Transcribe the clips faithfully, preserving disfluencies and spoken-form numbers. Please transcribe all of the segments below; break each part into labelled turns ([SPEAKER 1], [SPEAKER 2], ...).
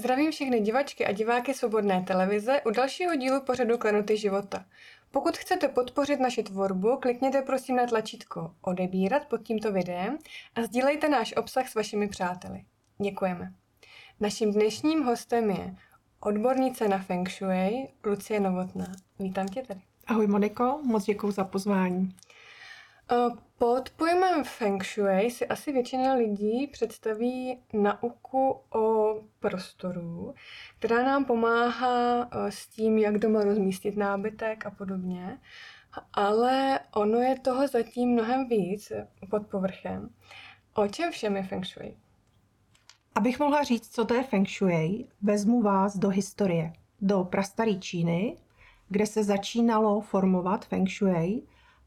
[SPEAKER 1] Zdravím všechny divačky a diváky Svobodné televize u dalšího dílu pořadu Klenoty života. Pokud chcete podpořit naši tvorbu, klikněte prosím na tlačítko odebírat pod tímto videem a sdílejte náš obsah s vašimi přáteli. Děkujeme. Naším dnešním hostem je odbornice na Feng Shui Lucie Novotná. Vítám tě tady.
[SPEAKER 2] Ahoj Moniko, moc děkuju za pozvání.
[SPEAKER 1] Pod pojmem Feng Shui si asi většina lidí představí nauku o prostoru, která nám pomáhá s tím, jak doma rozmístit nábytek a podobně, ale ono je toho zatím mnohem víc pod povrchem. O čem všem je Feng Shui?
[SPEAKER 2] Abych mohla říct, co to je Feng Shui, vezmu vás do historie, do prastaré Číny, kde se začínalo formovat Feng Shui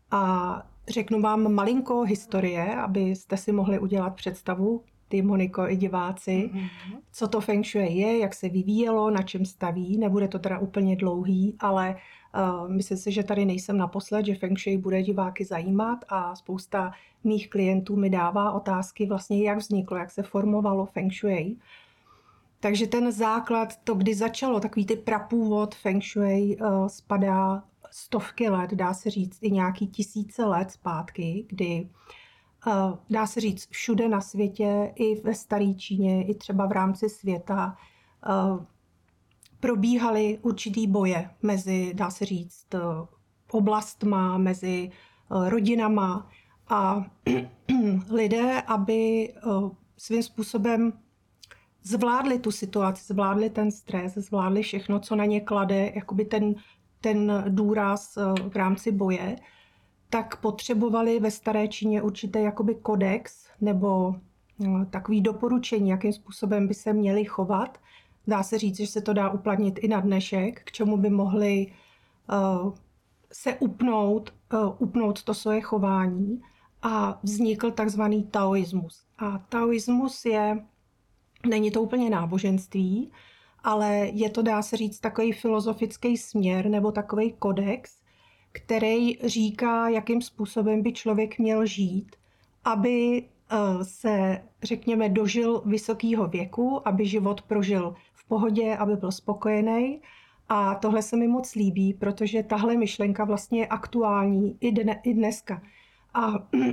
[SPEAKER 2] a řeknu vám malinko historie, abyste si mohli udělat představu, ty Moniko i diváci, mm-hmm. co to Feng Shui je, jak se vyvíjelo, na čem staví. Nebude to teda úplně dlouhý, ale uh, myslím si, že tady nejsem naposled, že Feng Shui bude diváky zajímat a spousta mých klientů mi dává otázky vlastně, jak vzniklo, jak se formovalo Feng Shui. Takže ten základ, to kdy začalo, takový ty prapůvod Feng Shui uh, spadá stovky let, dá se říct i nějaký tisíce let zpátky, kdy uh, dá se říct všude na světě, i ve staré Číně, i třeba v rámci světa, uh, probíhaly určitý boje mezi, dá se říct, uh, oblastma, mezi uh, rodinama a lidé, aby uh, svým způsobem zvládli tu situaci, zvládli ten stres, zvládli všechno, co na ně klade, jakoby ten ten důraz v rámci boje, tak potřebovali ve staré Číně určitý jakoby kodex nebo takový doporučení, jakým způsobem by se měli chovat. Dá se říct, že se to dá uplatnit i na dnešek, k čemu by mohli uh, se upnout, uh, upnout to svoje chování a vznikl takzvaný taoismus. A taoismus je, není to úplně náboženství, ale je to, dá se říct, takový filozofický směr nebo takový kodex, který říká, jakým způsobem by člověk měl žít, aby se, řekněme, dožil vysokého věku, aby život prožil v pohodě, aby byl spokojený. A tohle se mi moc líbí, protože tahle myšlenka vlastně je aktuální i, dne, i dneska. A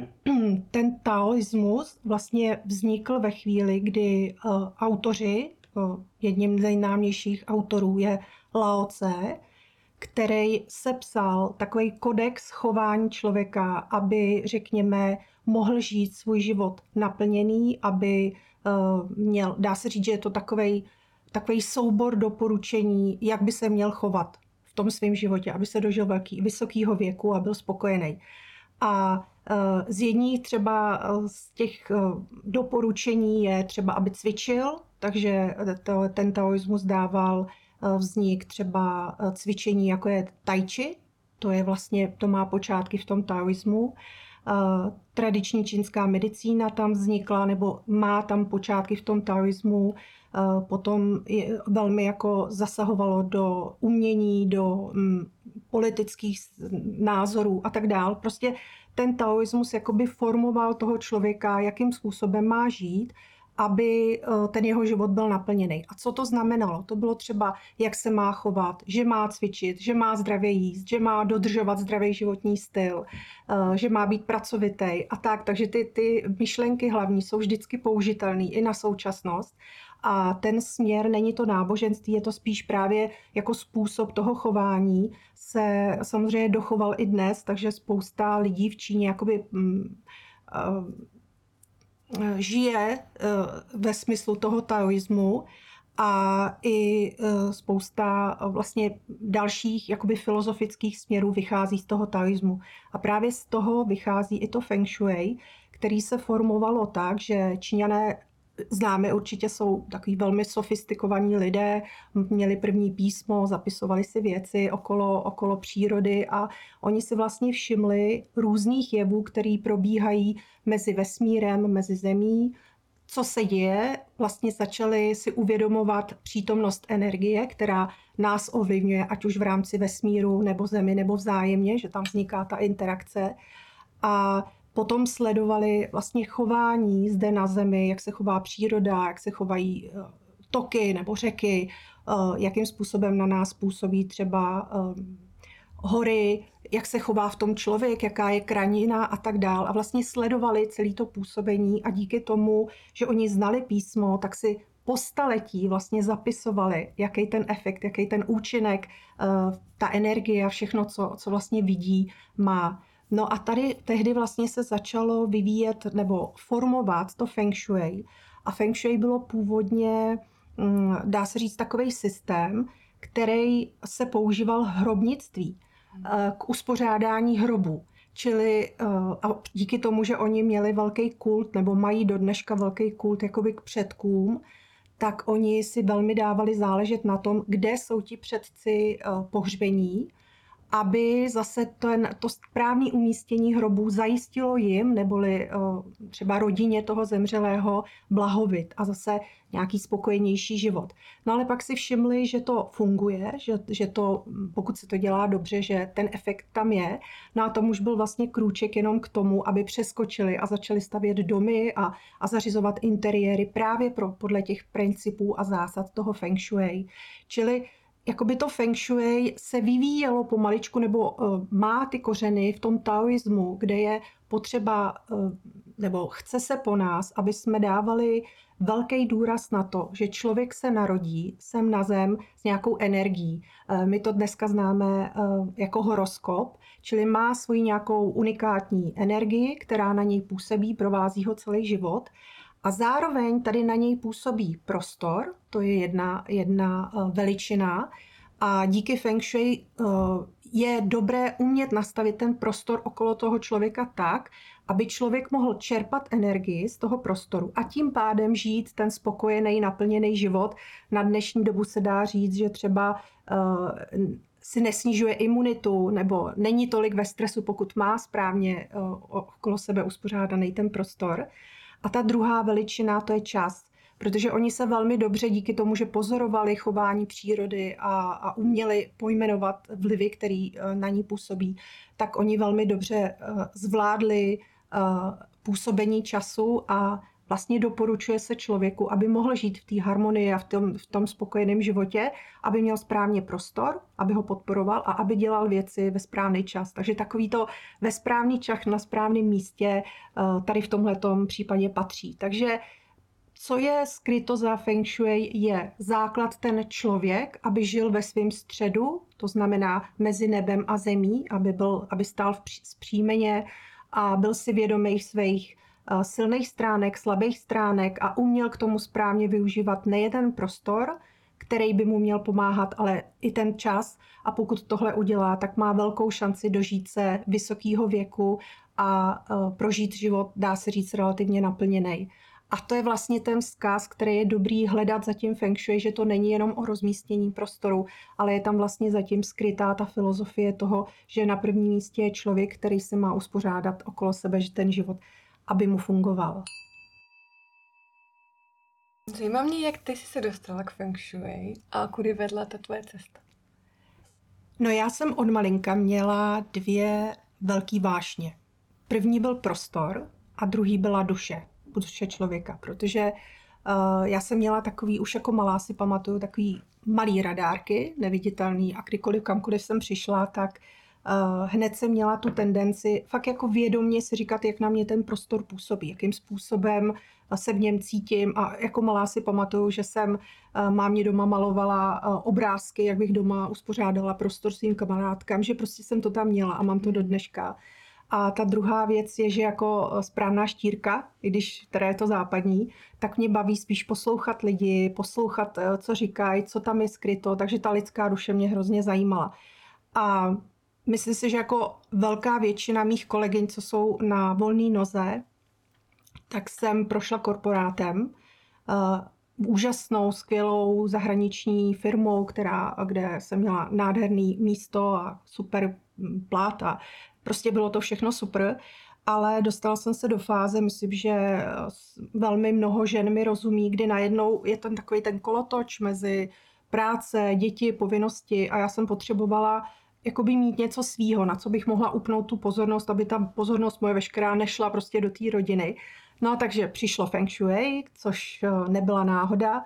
[SPEAKER 2] ten taoismus vlastně vznikl ve chvíli, kdy autoři, jedním z nejznámějších autorů je Lao Tse, který sepsal takový kodex chování člověka, aby, řekněme, mohl žít svůj život naplněný, aby uh, měl, dá se říct, že je to takovej, takovej soubor doporučení, jak by se měl chovat v tom svém životě, aby se dožil velký, vysokého věku a byl spokojený. A uh, z jedních třeba z těch uh, doporučení je třeba, aby cvičil, takže to, ten taoismus dával vznik třeba cvičení, jako je tai chi, to je vlastně, to má počátky v tom taoismu. Tradiční čínská medicína tam vznikla, nebo má tam počátky v tom taoismu, potom je, velmi jako zasahovalo do umění, do mm, politických názorů a tak dál. Prostě ten taoismus jakoby formoval toho člověka, jakým způsobem má žít, aby ten jeho život byl naplněný. A co to znamenalo? To bylo třeba, jak se má chovat, že má cvičit, že má zdravě jíst, že má dodržovat zdravý životní styl, že má být pracovitý a tak. Takže ty, ty myšlenky hlavní jsou vždycky použitelné i na současnost. A ten směr není to náboženství, je to spíš právě jako způsob toho chování se samozřejmě dochoval i dnes, takže spousta lidí v Číně jakoby mm, uh, žije ve smyslu toho taoismu a i spousta vlastně dalších jakoby filozofických směrů vychází z toho taoismu. A právě z toho vychází i to Feng Shui, který se formovalo tak, že Číňané, známe určitě, jsou takový velmi sofistikovaní lidé, měli první písmo, zapisovali si věci okolo, okolo přírody a oni si vlastně všimli různých jevů, které probíhají mezi vesmírem, mezi zemí, co se děje, vlastně začali si uvědomovat přítomnost energie, která nás ovlivňuje, ať už v rámci vesmíru nebo zemi, nebo vzájemně, že tam vzniká ta interakce. A potom sledovali vlastně chování zde na zemi, jak se chová příroda, jak se chovají toky nebo řeky, jakým způsobem na nás působí třeba hory, jak se chová v tom člověk, jaká je krajina a tak dál. A vlastně sledovali celé to působení a díky tomu, že oni znali písmo, tak si po staletí vlastně zapisovali, jaký ten efekt, jaký ten účinek, ta energie a všechno, co, co vlastně vidí, má. No a tady tehdy vlastně se začalo vyvíjet nebo formovat to Feng Shui. A Feng Shui bylo původně, dá se říct, takový systém, který se používal v hrobnictví k uspořádání hrobů. Čili a díky tomu, že oni měli velký kult, nebo mají do dneška velký kult jakoby k předkům, tak oni si velmi dávali záležet na tom, kde jsou ti předci pohřbení, aby zase ten, to správné umístění hrobů zajistilo jim, neboli třeba rodině toho zemřelého, blahobyt a zase nějaký spokojenější život. No ale pak si všimli, že to funguje, že, že to, pokud se to dělá dobře, že ten efekt tam je. No a tomu už byl vlastně krůček jenom k tomu, aby přeskočili a začali stavět domy a, a zařizovat interiéry právě pro, podle těch principů a zásad toho Feng Shui. Čili jakoby to Feng Shui se vyvíjelo pomaličku nebo uh, má ty kořeny v tom taoismu, kde je potřeba, uh, nebo chce se po nás, aby jsme dávali velký důraz na to, že člověk se narodí sem na zem s nějakou energií. Uh, my to dneska známe uh, jako horoskop, čili má svoji nějakou unikátní energii, která na něj působí, provází ho celý život. A zároveň tady na něj působí prostor, to je jedna, jedna veličina. A díky Feng Shui je dobré umět nastavit ten prostor okolo toho člověka tak, aby člověk mohl čerpat energii z toho prostoru a tím pádem žít ten spokojený, naplněný život. Na dnešní dobu se dá říct, že třeba si nesnižuje imunitu nebo není tolik ve stresu, pokud má správně okolo sebe uspořádaný ten prostor. A ta druhá veličina, to je čas, protože oni se velmi dobře díky tomu, že pozorovali chování přírody a, a uměli pojmenovat vlivy, který na ní působí, tak oni velmi dobře zvládli působení času a vlastně doporučuje se člověku, aby mohl žít v té harmonii a v tom, v tom spokojeném životě, aby měl správně prostor, aby ho podporoval a aby dělal věci ve správný čas. Takže takový to ve správný čas na správném místě tady v tomhletom případě patří. Takže co je skryto za Feng Shui, je základ ten člověk, aby žil ve svém středu, to znamená mezi nebem a zemí, aby, byl, aby stál v příjmeně a byl si vědomý svých silných stránek, slabých stránek a uměl k tomu správně využívat nejen prostor, který by mu měl pomáhat, ale i ten čas. A pokud tohle udělá, tak má velkou šanci dožít se vysokého věku a prožít život, dá se říct, relativně naplněný. A to je vlastně ten vzkaz, který je dobrý hledat za tím Feng Shui, že to není jenom o rozmístění prostoru, ale je tam vlastně zatím skrytá ta filozofie toho, že na prvním místě je člověk, který se má uspořádat okolo sebe, že ten život, aby mu fungoval.
[SPEAKER 1] Zajímá mě, jak ty jsi se dostala k Feng Shui a kudy vedla ta tvoje cesta.
[SPEAKER 2] No já jsem od malinka měla dvě velké vášně. První byl prostor a druhý byla duše, duše člověka, protože uh, já jsem měla takový, už jako malá si pamatuju, takový malý radárky, neviditelný a kdykoliv kamkoliv jsem přišla, tak Uh, hned jsem měla tu tendenci fakt jako vědomě si říkat, jak na mě ten prostor působí, jakým způsobem se v něm cítím a jako malá si pamatuju, že jsem uh, mámě doma malovala uh, obrázky, jak bych doma uspořádala prostor svým kamarádkám, že prostě jsem to tam měla a mám to do dneška. A ta druhá věc je, že jako správná štírka, i když teda je to západní, tak mě baví spíš poslouchat lidi, poslouchat, co říkají, co tam je skryto, takže ta lidská duše mě hrozně zajímala. A myslím si, že jako velká většina mých kolegyň, co jsou na volné noze, tak jsem prošla korporátem, uh, úžasnou, skvělou zahraniční firmou, která, kde jsem měla nádherný místo a super plat a prostě bylo to všechno super, ale dostala jsem se do fáze, myslím, že velmi mnoho žen mi rozumí, kdy najednou je ten takový ten kolotoč mezi práce, děti, povinnosti a já jsem potřebovala jakoby mít něco svýho, na co bych mohla upnout tu pozornost, aby ta pozornost moje veškerá nešla prostě do té rodiny. No takže přišlo Feng Shui, což nebyla náhoda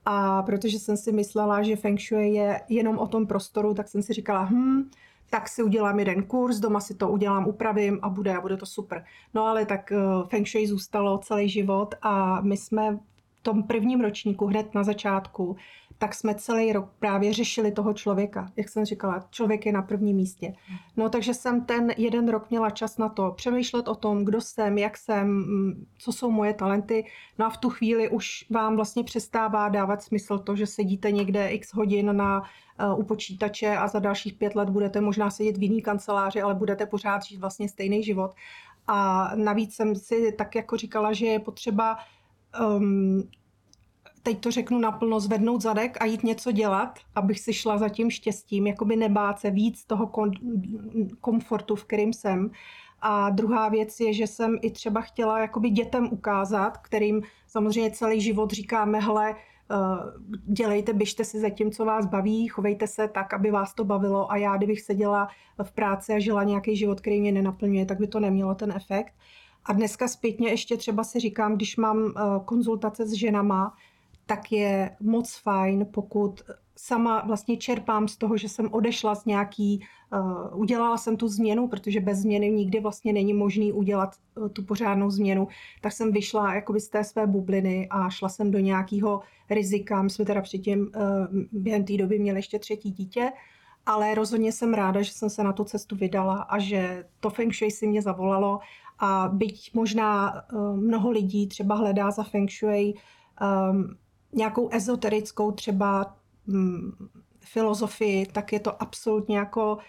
[SPEAKER 2] A protože jsem si myslela, že Feng Shui je jenom o tom prostoru, tak jsem si říkala, hm, tak si udělám jeden kurz, doma si to udělám, upravím a bude a bude to super. No ale tak uh, Feng Shui zůstalo celý život a my jsme v tom prvním ročníku, hned na začátku, tak jsme celý rok právě řešili toho člověka. Jak jsem říkala, člověk je na prvním místě. No takže jsem ten jeden rok měla čas na to přemýšlet o tom, kdo jsem, jak jsem, co jsou moje talenty. No a v tu chvíli už vám vlastně přestává dávat smysl to, že sedíte někde x hodin na, uh, u počítače a za dalších pět let budete možná sedět v jiný kanceláři, ale budete pořád žít vlastně stejný život. A navíc jsem si tak jako říkala, že je potřeba um, teď to řeknu naplno, zvednout zadek a jít něco dělat, abych si šla za tím štěstím, jakoby nebát se víc toho komfortu, v kterým jsem. A druhá věc je, že jsem i třeba chtěla jakoby dětem ukázat, kterým samozřejmě celý život říkáme, hele, dělejte, běžte si za tím, co vás baví, chovejte se tak, aby vás to bavilo a já, kdybych seděla v práci a žila nějaký život, který mě nenaplňuje, tak by to nemělo ten efekt. A dneska zpětně ještě třeba si říkám, když mám konzultace s ženama, tak je moc fajn, pokud sama vlastně čerpám z toho, že jsem odešla z nějaký, uh, udělala jsem tu změnu, protože bez změny nikdy vlastně není možný udělat uh, tu pořádnou změnu, tak jsem vyšla jakoby z té své bubliny a šla jsem do nějakého rizika. My jsme teda předtím uh, během té doby měli ještě třetí dítě, ale rozhodně jsem ráda, že jsem se na tu cestu vydala a že to Feng Shui si mě zavolalo a byť možná uh, mnoho lidí třeba hledá za Feng Shui um, nějakou ezoterickou třeba hm, filozofii, tak je to absolutně jako uh,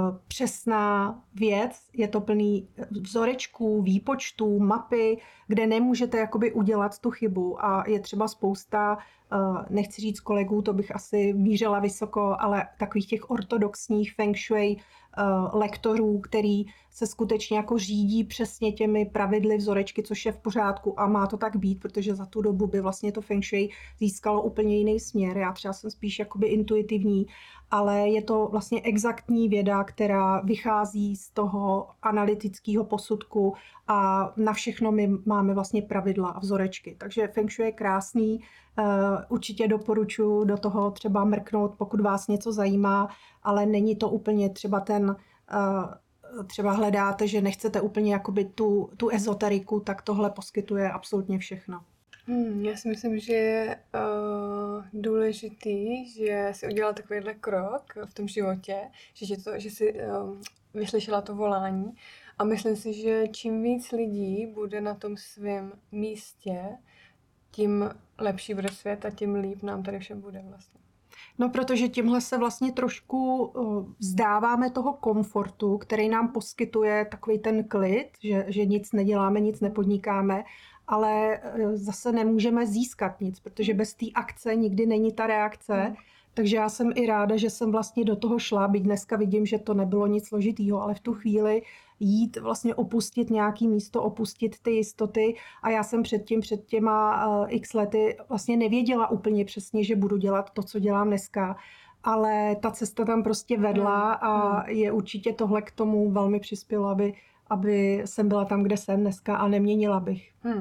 [SPEAKER 2] přesná věc. Je to plný vzorečků, výpočtů, mapy, kde nemůžete jakoby udělat tu chybu a je třeba spousta, uh, nechci říct kolegů, to bych asi mířila vysoko, ale takových těch ortodoxních Feng Shui uh, lektorů, který se skutečně jako řídí přesně těmi pravidly, vzorečky, což je v pořádku a má to tak být, protože za tu dobu by vlastně to Feng Shui získalo úplně jiný směr. Já třeba jsem spíš jakoby intuitivní, ale je to vlastně exaktní věda, která vychází z toho analytického posudku a na všechno my máme vlastně pravidla a vzorečky. Takže Feng Shui je krásný, určitě doporučuji do toho třeba mrknout, pokud vás něco zajímá, ale není to úplně třeba ten třeba hledáte, že nechcete úplně jakoby tu, tu ezoteriku, tak tohle poskytuje absolutně všechno.
[SPEAKER 1] Hmm, já si myslím, že je uh, důležitý, že si udělala takovýhle krok v tom životě, že, to, že si uh, vyslyšela to volání a myslím si, že čím víc lidí bude na tom svém místě, tím lepší bude svět a tím líp nám tady všem bude vlastně.
[SPEAKER 2] No, protože tímhle se vlastně trošku vzdáváme toho komfortu, který nám poskytuje takový ten klid, že, že nic neděláme, nic nepodnikáme, ale zase nemůžeme získat nic, protože bez té akce nikdy není ta reakce. Hmm. Takže já jsem i ráda, že jsem vlastně do toho šla, byť dneska vidím, že to nebylo nic složitýho, ale v tu chvíli jít vlastně opustit nějaký místo, opustit ty jistoty a já jsem předtím, před těma uh, x lety vlastně nevěděla úplně přesně, že budu dělat to, co dělám dneska, ale ta cesta tam prostě vedla a je určitě tohle k tomu velmi přispělo, aby, aby jsem byla tam, kde jsem dneska a neměnila bych. Hmm.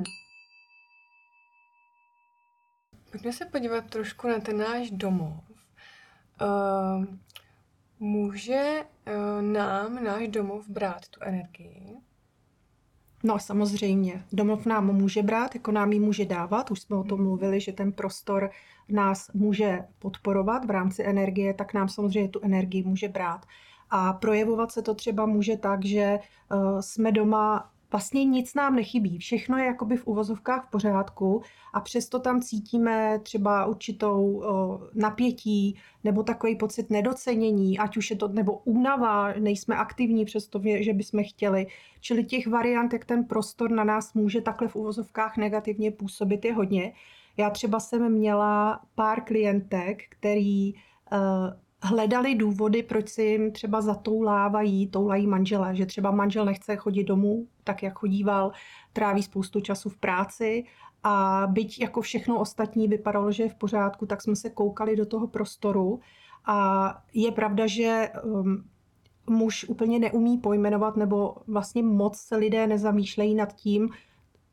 [SPEAKER 1] Pojďme se podívat trošku na ten náš domov. Uh, může uh, nám náš domov brát tu energii?
[SPEAKER 2] No samozřejmě. Domov nám může brát, jako nám ji může dávat. Už jsme o tom mluvili, že ten prostor nás může podporovat v rámci energie, tak nám samozřejmě tu energii může brát. A projevovat se to třeba může tak, že uh, jsme doma, vlastně nic nám nechybí. Všechno je jakoby v uvozovkách v pořádku a přesto tam cítíme třeba určitou uh, napětí nebo takový pocit nedocenění, ať už je to nebo únava, nejsme aktivní přesto, že bychom chtěli. Čili těch variant, jak ten prostor na nás může takhle v uvozovkách negativně působit, je hodně. Já třeba jsem měla pár klientek, který uh, hledali důvody, proč si jim třeba zatoulávají, toulají manžele, že třeba manžel nechce chodit domů, tak jak chodíval, tráví spoustu času v práci a byť jako všechno ostatní vypadalo, že je v pořádku, tak jsme se koukali do toho prostoru a je pravda, že um, muž úplně neumí pojmenovat nebo vlastně moc se lidé nezamýšlejí nad tím,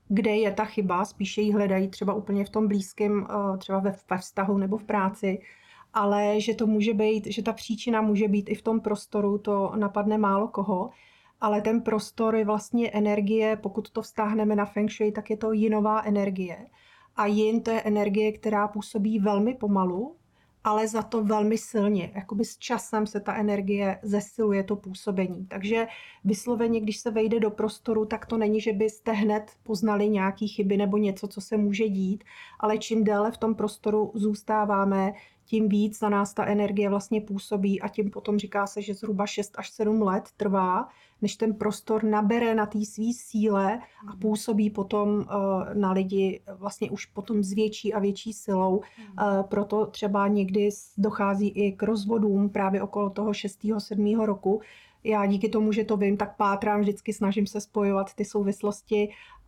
[SPEAKER 2] kde je ta chyba, spíše ji hledají třeba úplně v tom blízkém, třeba ve, ve vztahu nebo v práci, ale že to může být, že ta příčina může být i v tom prostoru, to napadne málo koho, ale ten prostor je vlastně energie, pokud to vztáhneme na Feng Shui, tak je to jinová energie. A yin to je energie, která působí velmi pomalu, ale za to velmi silně. Jakoby s časem se ta energie zesiluje, to působení. Takže vysloveně, když se vejde do prostoru, tak to není, že byste hned poznali nějaké chyby nebo něco, co se může dít, ale čím déle v tom prostoru zůstáváme, tím víc na nás ta energie vlastně působí a tím potom říká se, že zhruba šest až sedm let trvá, než ten prostor nabere na té svý síle a působí potom na lidi vlastně už potom s větší a větší silou. Proto třeba někdy dochází i k rozvodům právě okolo toho šestého sedmého roku. Já díky tomu, že to vím, tak pátrám, vždycky snažím se spojovat ty souvislosti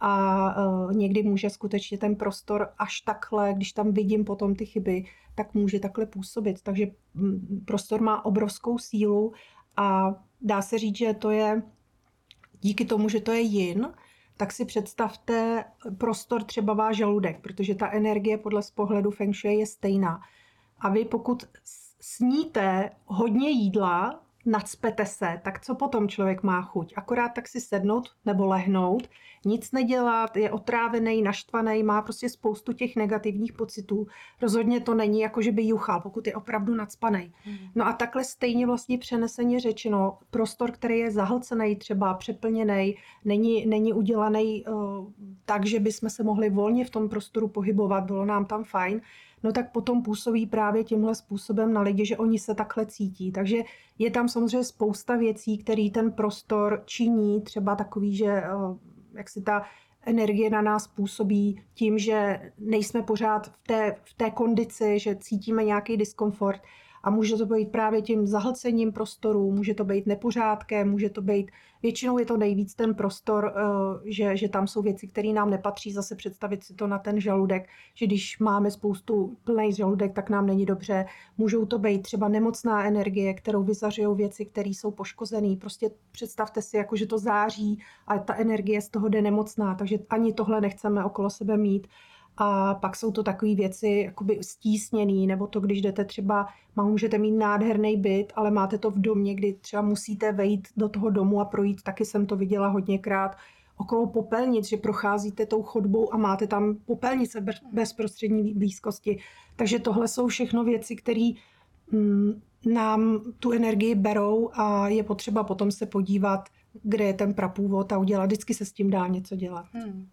[SPEAKER 2] a někdy může skutečně ten prostor až takhle, když tam vidím potom ty chyby, tak může takhle působit. Takže prostor má obrovskou sílu a dá se říct, že to je díky tomu, že to je yin, tak si představte prostor třeba váš žaludek, protože ta energie podle z pohledu Feng Shui je stejná. A vy pokud sníte hodně jídla, nacpete se, tak co potom člověk má chuť? Akorát tak si sednout nebo lehnout, nic nedělat, je otrávený, naštvaný, má prostě spoustu těch negativních pocitů. Rozhodně to není jako, že by juchal, pokud je opravdu nacpaný. No a takhle stejně vlastně přeneseně řečeno, prostor, který je zahlcený, třeba přeplněný, není, není udělaný uh, tak, že bychom se mohli volně v tom prostoru pohybovat, bylo nám tam fajn, no tak potom působí právě tímhle způsobem na lidi, že oni se takhle cítí. Takže je tam samozřejmě spousta věcí, které ten prostor činí, třeba takový, že jak si ta energie na nás působí tím, že nejsme pořád v té, v té kondici, že cítíme nějaký diskomfort. A může to být právě tím zahlcením prostoru, může to být nepořádkem, může to být, většinou je to nejvíc ten prostor, že, že tam jsou věci, které nám nepatří, zase představit si to na ten žaludek, že když máme spoustu plný žaludek, tak nám není dobře. Můžou to být třeba nemocná energie, kterou vyzařují věci, které jsou poškozené. Prostě představte si, jako, že to září a ta energie z toho jde nemocná, takže ani tohle nechceme okolo sebe mít. A pak jsou to takové věci jakoby stísněný, nebo to, když jdete třeba, můžete mít nádherný byt, ale máte to v domě, kdy třeba musíte vejít do toho domu a projít, taky jsem to viděla hodněkrát, okolo popelnic, že procházíte tou chodbou a máte tam popelnice bezprostřední blízkosti. Takže tohle jsou všechno věci, které mm, nám tu energii berou a je potřeba potom se podívat, kde je ten prapůvod a udělat. Vždycky se s tím dá něco dělat. Hmm.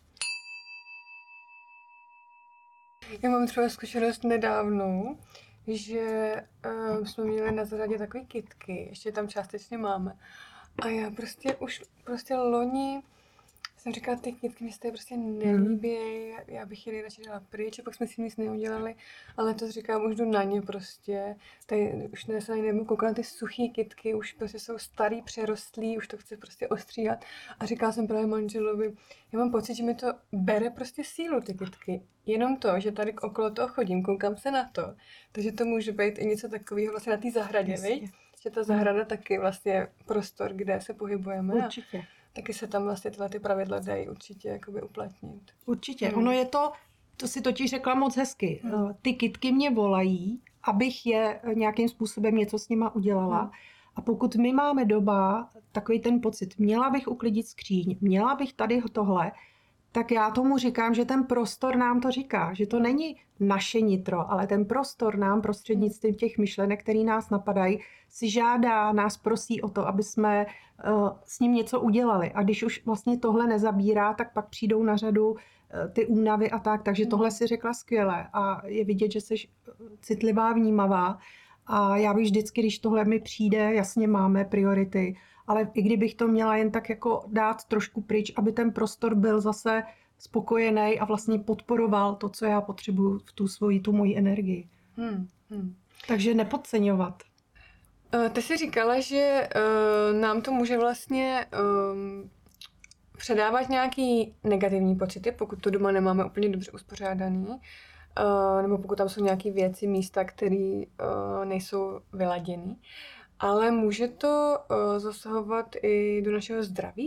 [SPEAKER 1] Já mám třeba zkušenost nedávnou, že uh, jsme měli na zahradě takové kytky, ještě tam částečně máme. A já prostě už prostě loni jsem říkala, ty kytky mě se prostě nelíbí, já bych je radši dala pryč, a pak jsme si nic neudělali, ale to říkám, už jdu na ně prostě. Tady už ne, se ani nebudu koukat na ty suchý kytky, už prostě jsou starý, přerostlý, už to chci prostě ostříhat. A říkala jsem právě manželovi, já mám pocit, že mi to bere prostě sílu, ty kytky. Jenom to, že tady okolo toho chodím, koukám se na to. Takže to může být i něco takového vlastně na té zahradě, viď? Že ta zahrada taky vlastně prostor, kde se pohybujeme.
[SPEAKER 2] Určitě.
[SPEAKER 1] Taky se tam vlastně tyhle ty pravidla dají určitě jakoby uplatnit.
[SPEAKER 2] Určitě. Hmm. Ono je to, to si totiž řekla moc hezky. Hmm. Ty kytky mě volají, abych je nějakým způsobem něco s nima udělala. Hmm. A pokud my máme doma takový ten pocit, měla bych uklidit skříň, měla bych tady tohle, tak já tomu říkám, že ten prostor nám to říká, že to není naše nitro, ale ten prostor nám prostřednictvím těch myšlenek, které nás napadají, si žádá, nás prosí o to, aby jsme uh, s ním něco udělali. A když už vlastně tohle nezabírá, tak pak přijdou na řadu uh, ty únavy a tak. Takže tohle si řekla skvěle a je vidět, že jsi citlivá, vnímavá. A já bych vždycky, když tohle mi přijde, jasně máme priority, ale i kdybych to měla jen tak jako dát trošku pryč, aby ten prostor byl zase spokojený a vlastně podporoval to, co já potřebuju v tu svoji, tu moji energii. Hmm, hmm. Takže nepodceňovat.
[SPEAKER 1] Ty jsi říkala, že uh, nám to může vlastně um, předávat nějaký negativní pocity, pokud to doma nemáme úplně dobře uspořádaný, uh, nebo pokud tam jsou nějaké věci, místa, které uh, nejsou vyladěné. Ale může to uh, zasahovat i do našeho zdraví?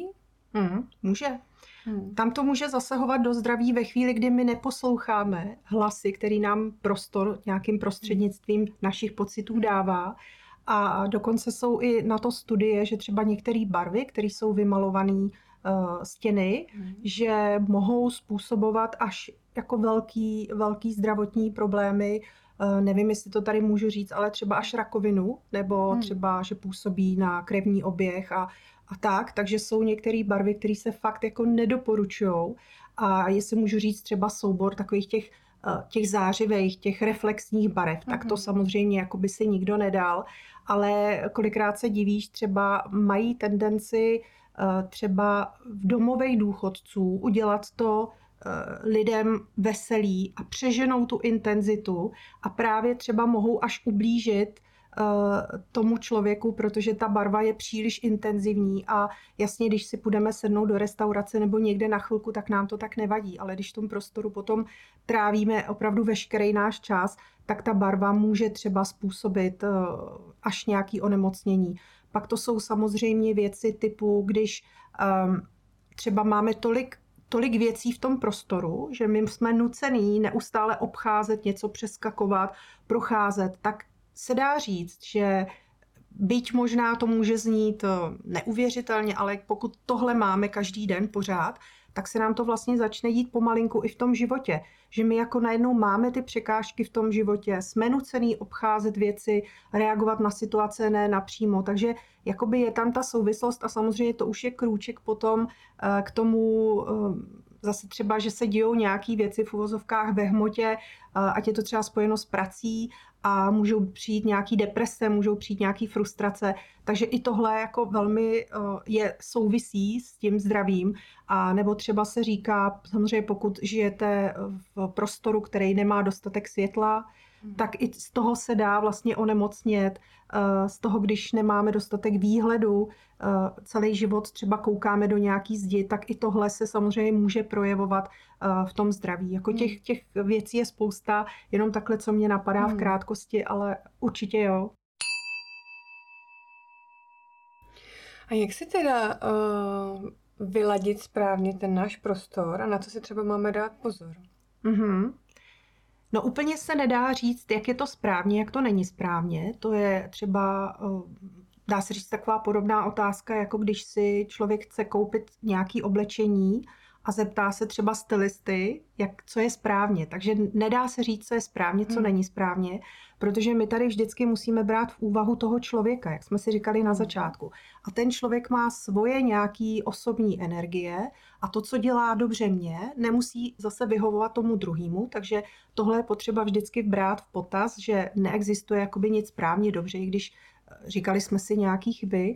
[SPEAKER 2] Hmm, může.
[SPEAKER 1] Hmm.
[SPEAKER 2] Tam to může zasahovat do zdraví ve chvíli, kdy my neposloucháme hlasy, který nám prostor nějakým prostřednictvím našich pocitů dává. A dokonce jsou i na to studie, že třeba některé barvy, které jsou vymalované uh, stěny,
[SPEAKER 1] Hmm.
[SPEAKER 2] že mohou způsobovat až jako velký, velký zdravotní problémy. Uh, nevím, jestli to tady můžu říct, ale třeba až rakovinu, nebo
[SPEAKER 1] Hmm.
[SPEAKER 2] třeba, že působí na krevní oběh a a tak, takže jsou některé barvy, které se fakt jako nedoporučujou. A jestli můžu říct třeba soubor takových těch, těch zářivých, těch reflexních barev, mm-hmm. tak to samozřejmě jako by si nikdo nedal. Ale kolikrát se divíš, třeba mají tendenci třeba v domovech důchodců udělat to lidem veselí a přeženou tu intenzitu a právě třeba mohou až ublížit tomu člověku, protože ta barva je příliš intenzivní a jasně, když si půjdeme sednout do restaurace nebo někde na chvilku, tak nám to tak nevadí, ale když v tom prostoru potom trávíme opravdu veškerý náš čas, tak ta barva může třeba způsobit až nějaké onemocnění. Pak to jsou samozřejmě věci typu, když um, třeba máme tolik tolik věcí v tom prostoru, že my jsme nucený neustále obcházet, něco přeskakovat, procházet, tak se dá říct, že byť možná to může znít neuvěřitelně, ale pokud tohle máme každý den pořád, tak se nám to vlastně začne dít pomalinku i v tom životě. Že my jako najednou máme ty překážky v tom životě, jsme nucený obcházet věci, reagovat na situace ne napřímo. Takže jakoby je tam ta souvislost a samozřejmě to už je krůček potom k tomu zase třeba, že se dějou nějaké věci v uvozovkách ve hmotě, ať je to třeba spojeno s prací a můžou přijít nějaké deprese, můžou přijít nějaké frustrace. Takže i tohle jako velmi je souvisí s tím zdravím. A nebo třeba se říká, samozřejmě pokud žijete v prostoru, který nemá dostatek světla, hmm. tak i z toho se dá vlastně onemocnět. Z toho, když nemáme dostatek výhledu, celý život třeba koukáme do nějaký zdi, tak i tohle se samozřejmě může projevovat v tom zdraví. Jako těch, těch věcí je spousta, jenom takhle, co mě napadá hmm. v krátkosti, ale určitě jo.
[SPEAKER 1] A jak si teda uh, vyladit správně ten náš prostor a na co si třeba máme dát pozor?
[SPEAKER 2] Mm-hmm. No úplně se nedá říct, jak je to správně, jak to není správně. To je třeba, dá se říct, taková podobná otázka, jako když si člověk chce koupit nějaké oblečení a zeptá se třeba stylisty, jak, co je správně. Takže nedá se říct, co je správně, co hmm. není správně, protože my tady vždycky musíme brát v úvahu toho člověka, jak jsme si říkali na začátku. A ten člověk má svoje nějaké osobní energie a to, co dělá dobře mě, nemusí zase vyhovovat tomu druhému, takže tohle je potřeba vždycky brát v potaz, že neexistuje jakoby nic správně dobře, i když říkali jsme si nějaký chyby,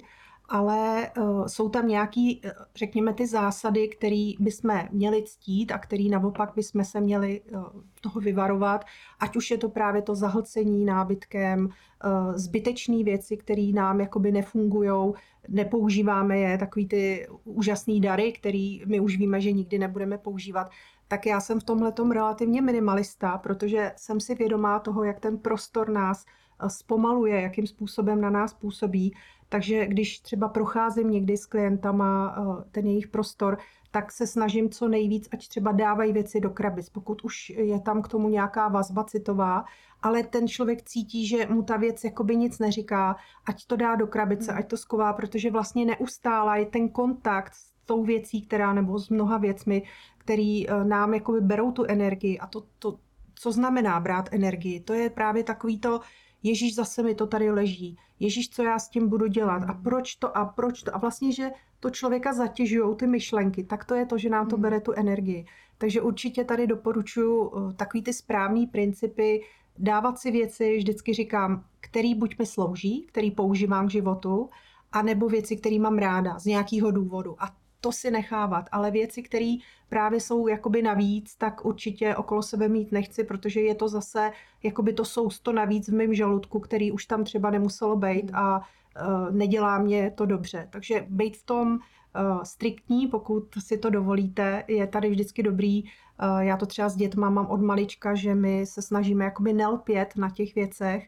[SPEAKER 2] ale uh, jsou tam nějaký, řekněme, ty zásady, které bychom měli ctít a které naopak bychom se měli uh, toho vyvarovat, ať už je to právě to zahlcení nábytkem, uh, zbytečné věci, které nám jakoby nefungujou, nepoužíváme je, takový ty úžasný dary, které my už víme, že nikdy nebudeme používat. Tak já jsem v tomhletom relativně minimalista, protože jsem si vědomá toho, jak ten prostor nás zpomaluje, jakým způsobem na nás působí. Takže když třeba procházím někdy s klientama ten jejich prostor, tak se snažím co nejvíc, ať třeba dávají věci do krabic, pokud už je tam k tomu nějaká vazba citová, ale ten člověk cítí, že mu ta věc jakoby nic neříká, ať to dá do krabice, ať to schová, protože vlastně neustále je ten kontakt s tou věcí, která nebo s mnoha věcmi, který nám jakoby berou tu energii a to, to, co znamená brát energii, to je právě takový to, Ježíš, zase mi to tady leží. Ježíš, co já s tím budu dělat? A proč to? A proč to? A vlastně, že to člověka zatěžujou ty myšlenky, tak to je to, že nám to bere tu energii. Takže určitě tady doporučuji takový ty správný principy, dávat si věci, vždycky říkám, který buď mi slouží, který používám k životu, anebo věci, které mám ráda z nějakého důvodu. A to si nechávat, ale věci, které právě jsou jakoby navíc, tak určitě okolo sebe mít nechci, protože je to zase jakoby to sousto navíc v mém žaludku, který už tam třeba nemuselo být a uh, nedělá mě to dobře. Takže být v tom uh, striktní, pokud si to dovolíte, je tady vždycky dobrý. Uh, já to třeba s dětma mám od malička, že my se snažíme jakoby nelpět na těch věcech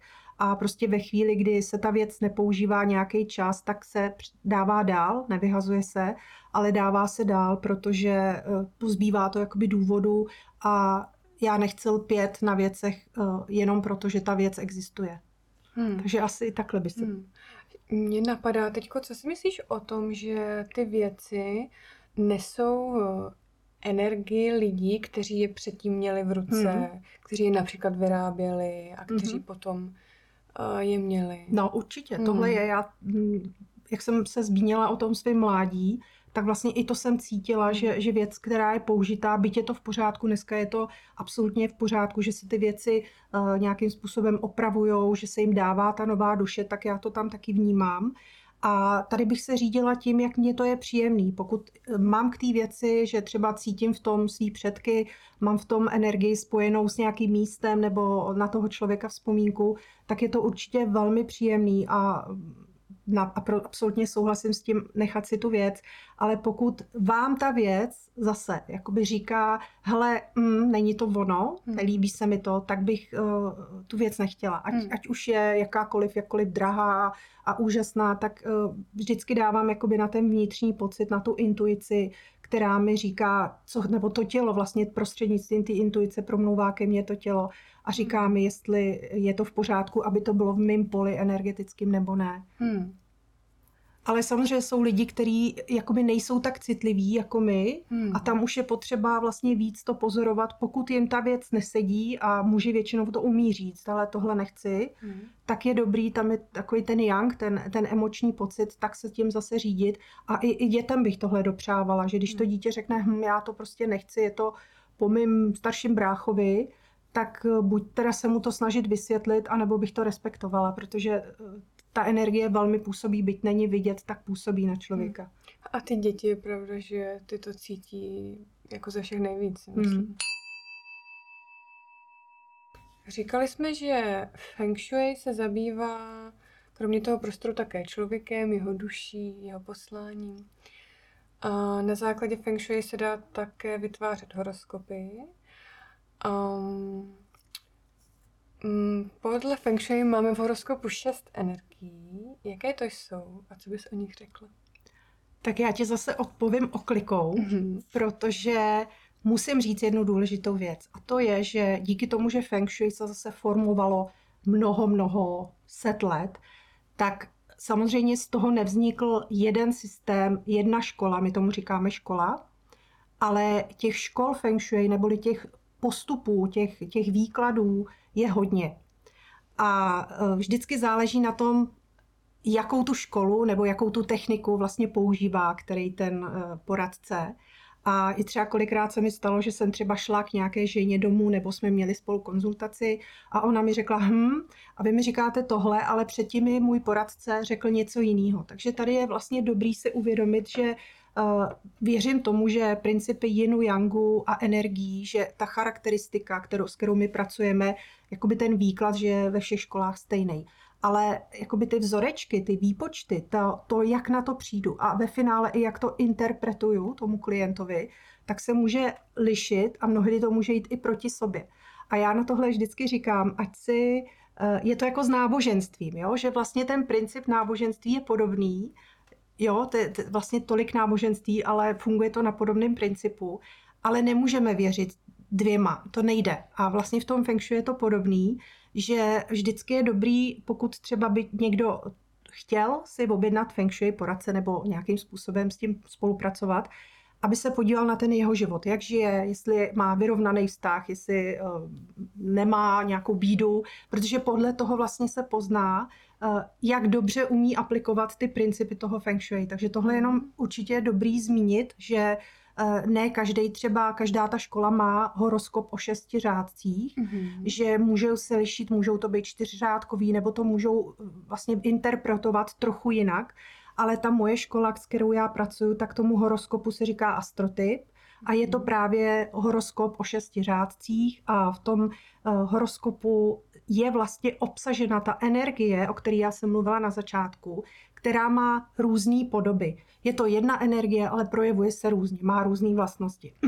[SPEAKER 2] a prostě ve chvíli, kdy se ta věc nepoužívá nějaký čas, tak se dává dál, nevyhazuje se, ale dává se dál, protože pozbývá to jakoby důvodu a já nechci lpět na věcech jenom proto, že ta věc existuje. Hmm. Takže asi takhle by se... Hmm.
[SPEAKER 1] Mně napadá teďko, co si myslíš o tom, že ty věci nesou energii lidí, kteří je předtím měli v ruce, hmm. kteří je například vyráběli a kteří hmm. potom uh, je měli.
[SPEAKER 2] No určitě, hmm. tohle je, já, jak jsem se zmínila o tom svém mládí, tak vlastně i to jsem cítila, hmm. že, že věc, která je použitá, byť je to v pořádku, dneska je to absolutně v pořádku, že se ty věci uh, nějakým způsobem opravujou, že se jim dává ta nová duše, tak já to tam taky vnímám. A tady bych se řídila tím, jak mě to je příjemný. Pokud mám k té věci, že třeba cítím v tom svý předky, mám v tom energii spojenou s nějakým místem nebo na toho člověka vzpomínku, tak je to určitě velmi příjemný a Na, a pro, absolutně souhlasím s tím nechat si tu věc, ale pokud vám ta věc zase jakoby říká, hele, mm, není to ono, hmm. nelíbí se mi to, tak bych uh, tu věc nechtěla. Ať, hmm. ať už je jakákoliv, jakkoliv drahá a úžasná, tak uh, vždycky dávám jakoby na ten vnitřní pocit, na tu intuici, která mi říká, co, nebo to tělo vlastně prostřednictvím té intuice promlouvá ke mně to tělo a říká mi, jestli je to v pořádku, aby to bylo v mém poli energetickým nebo ne. Hmm. Ale samozřejmě jsou lidi, kteří jakoby nejsou tak citliví jako my hmm. a tam už je potřeba vlastně víc to pozorovat, pokud jim ta věc nesedí a muži většinou to umí říct, ale tohle nechci, hmm. tak je dobrý, tam je takový ten yang, ten, ten emoční pocit, tak se tím zase řídit a i, i dětem bych tohle dopřávala, že když hmm. to dítě řekne, hm, já to prostě nechci, je to po mým starším bráchovi, tak buď teda se mu to snažit vysvětlit, anebo bych to respektovala, protože ta energie velmi působí, byť není vidět, tak působí na člověka.
[SPEAKER 1] A ty děti je pravda, že ty to cítí jako ze všech nejvíc, myslím. Hmm. Říkali jsme, že Feng Shui se zabývá kromě toho prostoru také člověkem, jeho duší, jeho posláním. A na základě Feng Shui se dá také vytvářet horoskopy. Um, podle Feng Shui máme v horoskopu šest energií. Jaké to jsou a co bys o nich řekla?
[SPEAKER 2] Tak já ti zase odpovím oklikou, mm-hmm. protože musím říct jednu důležitou věc. A to je, že díky tomu, že Feng Shui se zase formovalo mnoho, mnoho set let, tak samozřejmě z toho nevznikl jeden systém, jedna škola, my tomu říkáme škola, ale těch škol Feng Shui neboli těch postupů, těch, těch výkladů je hodně. A vždycky záleží na tom, jakou tu školu nebo jakou tu techniku vlastně používá, který ten poradce. A i třeba kolikrát se mi stalo, že jsem třeba šla k nějaké ženě domů, nebo jsme měli spolu konzultaci a ona mi řekla, hm, a vy mi říkáte tohle, ale předtím mi můj poradce řekl něco jiného. Takže tady je vlastně dobrý si uvědomit, že Uh, věřím tomu, že principy jinu, yangu a energií, že ta charakteristika, kterou, s kterou my pracujeme, jakoby ten výklad, že je ve všech školách stejný. Ale jakoby ty vzorečky, ty výpočty, to, to, jak na to přijdu a ve finále i jak to interpretuju tomu klientovi, tak se může lišit a mnohdy to může jít i proti sobě. A já na tohle vždycky říkám, ať si, uh, je to jako s náboženstvím, jo? Že vlastně ten princip náboženství je podobný. Jo, to je vlastně tolik náboženství, ale funguje to na podobném principu. Ale nemůžeme věřit dvěma, to nejde. A vlastně v tom Feng Shui je to podobný, že vždycky je dobrý, pokud třeba by někdo chtěl si objednat Feng Shui poradce nebo nějakým způsobem s tím spolupracovat, aby se podíval na ten jeho život, jak žije, jestli má vyrovnaný vztah, jestli uh, nemá nějakou bídu, protože podle toho vlastně se pozná, uh, jak dobře umí aplikovat ty principy toho Feng Shui. Takže tohle jenom určitě je dobrý zmínit, že uh, ne každý třeba, každá ta škola má horoskop o šesti řádcích, mm-hmm. že můžou se lišit, můžou to být čtyřřádkový, nebo to můžou vlastně interpretovat trochu jinak. Ale ta moje škola, s kterou já pracuji, tak tomu horoskopu se říká astrotyp a je to právě horoskop o šesti řádcích a v tom uh, horoskopu je vlastně obsažena ta energie, o které já jsem mluvila na začátku, která má různé podoby. Je to jedna energie, ale projevuje se různě, má různé vlastnosti.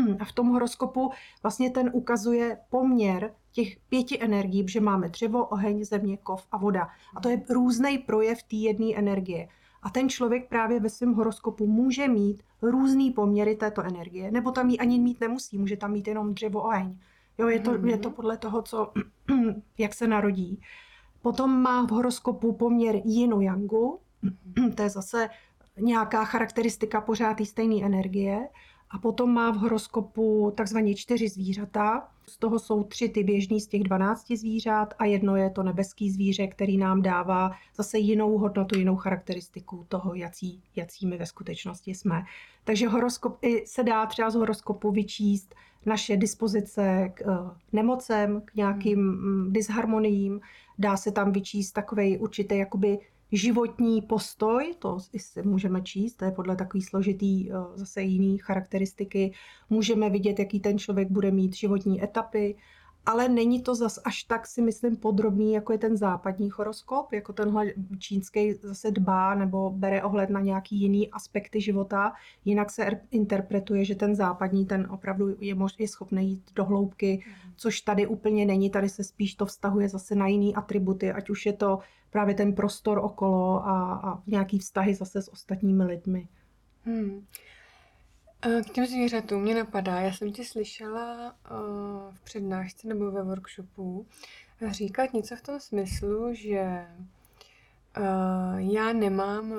[SPEAKER 2] A v tom horoskopu vlastně ten ukazuje poměr těch pěti energií, že máme dřevo, oheň, země, kov a voda. A to je různý projev té jedné energie. A ten člověk právě ve svém horoskopu může mít různý poměry této energie, nebo tam ji ani mít nemusí, může tam mít jenom dřevo, oheň. Jo, je to, mm-hmm. je to podle toho, co, jak se narodí. Potom má v horoskopu poměr yin yangu, to je zase nějaká charakteristika pořád té stejné energie. A potom má v horoskopu takzvaně čtyři zvířata. Z toho jsou tři ty běžný z těch dvanácti zvířat a jedno je to nebeský zvíře, který nám dává zase jinou hodnotu, jinou charakteristiku toho, jací, jací my ve skutečnosti jsme. Takže horoskop, se dá třeba z horoskopu vyčíst naše dispozice k nemocem, k nějakým disharmoniím. Dá se tam vyčíst takovej určitý jakoby životní postoj, to si můžeme číst, to je podle takový složitý zase jiný charakteristiky. Můžeme vidět, jaký ten člověk bude mít životní etapy, ale není to zas až tak, si myslím, podrobný, jako je ten západní horoskop, jako tenhle čínský zase dbá nebo bere ohled na nějaký jiný aspekty života. Jinak se interpretuje, že ten západní, ten opravdu je, mož, je schopný jít do hloubky, což tady úplně není. Tady se spíš to vztahuje zase na jiný atributy, ať už je to právě ten prostor okolo a, a nějaký vztahy zase s ostatními lidmi.
[SPEAKER 1] Hmm. K těm zvířatům mě napadá, já jsem tě slyšela v přednášce nebo ve workshopu říkat něco v tom smyslu, že já nemám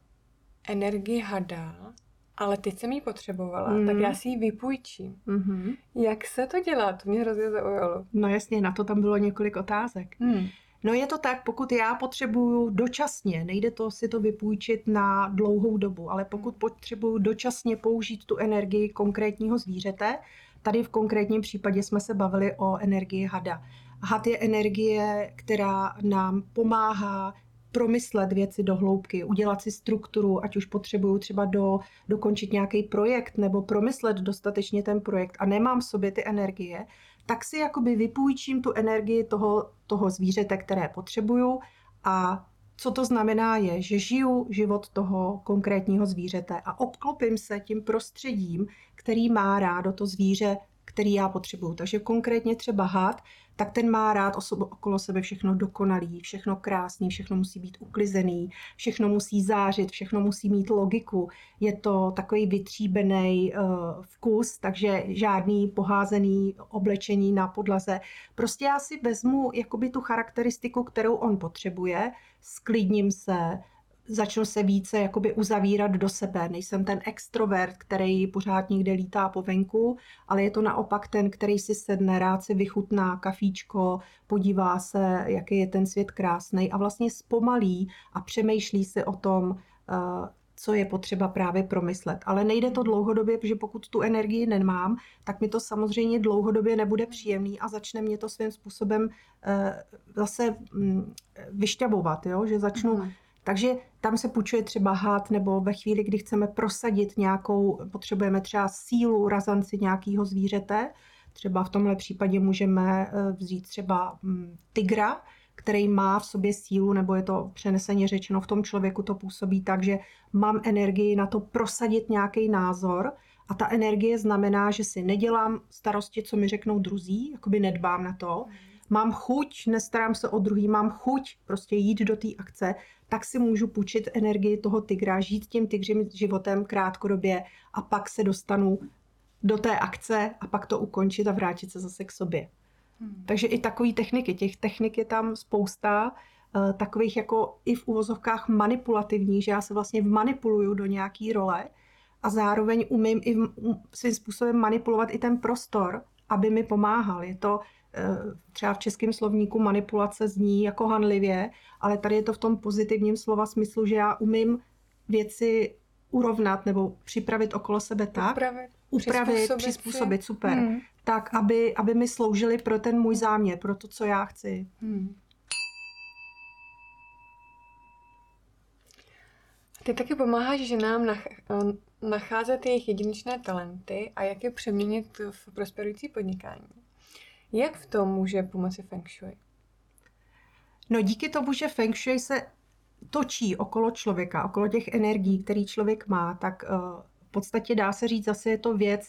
[SPEAKER 1] energii hada, ale teď jsem ji potřebovala, mm. tak já si ji vypůjčím. Mm-hmm. Jak se to dělá? To mě hrozně zaujalo.
[SPEAKER 2] No jasně, na to tam bylo několik otázek. Mm. No je to tak, pokud já potřebuju dočasně, nejde to si to vypůjčit na dlouhou dobu, ale pokud potřebuju dočasně použít tu energii konkrétního zvířete, tady v konkrétním případě jsme se bavili o energii hada. Had je energie, která nám pomáhá promyslet věci do hloubky, udělat si strukturu, ať už potřebuju třeba do, dokončit nějaký projekt nebo promyslet dostatečně ten projekt a nemám v sobě ty energie, tak si jakoby vypůjčím tu energii toho, toho zvířete, které potřebuju. A co to znamená je, že žiju život toho konkrétního zvířete a obklopím se tím prostředím, který má rádo to zvíře, který já potřebuju. Takže konkrétně třeba had, tak ten má rád osobu okolo sebe všechno dokonalý, všechno krásný, všechno musí být uklizený, všechno musí zářit, všechno musí mít logiku. Je to takový vytříbený uh, vkus, takže žádný poházený oblečení na podlaze. Prostě já si vezmu jakoby tu charakteristiku, kterou on potřebuje, sklidním se, začnu se více jakoby uzavírat do sebe. Nejsem ten extrovert, který pořád někde lítá po venku, ale je to naopak ten, který si sedne, rád si vychutná kafíčko, podívá se, jaký je ten svět krásný a vlastně zpomalí a přemýšlí si o tom, co je potřeba právě promyslet. Ale nejde to dlouhodobě, protože pokud tu energii nemám, tak mi to samozřejmě dlouhodobě nebude příjemný a začne mě to svým způsobem zase vyšťavovat, jo? Že začnu mm. Takže tam se půjčuje třeba had, nebo ve chvíli, kdy chceme prosadit nějakou, potřebujeme třeba sílu, razanci nějakého zvířete. Třeba v tomhle případě můžeme vzít třeba tygra, který má v sobě sílu, nebo je to přeneseně řečeno, v tom člověku to působí tak, že mám energii na to prosadit nějaký názor a ta energie znamená, že si nedělám starosti, co mi řeknou druzí, jakoby nedbám na to. Mám chuť, nestarám se o druhý, mám chuť prostě jít do té akce, tak si můžu půjčit energii toho tygra, žít tím tygřím životem krátkodobě a pak se dostanu do té akce a pak to ukončit a vrátit se zase k sobě. Hmm. Takže i takové techniky, těch technik je tam spousta, takových jako i v uvozovkách manipulativních, že já se vlastně vmanipuluju do nějaký role a zároveň umím i svým způsobem manipulovat i ten prostor, aby mi pomáhal. Je to třeba v českém slovníku manipulace zní jako hanlivě, ale tady je to v tom pozitivním slova smyslu, že já umím věci urovnat nebo připravit okolo sebe tak,
[SPEAKER 1] upravit,
[SPEAKER 2] upravit přizpůsobit, přizpůsobit super, hmm. tak, aby, aby mi sloužily pro ten můj záměr, pro to, co já chci. Hmm.
[SPEAKER 1] Ty taky pomáháš ženám nach- nacházet jejich jedinečné talenty a jak je přeměnit v prosperující podnikání. Jak v tom může pomoci Feng Shui?
[SPEAKER 2] No díky tomu, že Feng Shui se točí okolo člověka, okolo těch energií, který člověk má, tak uh, v podstatě dá se říct, zase je to věc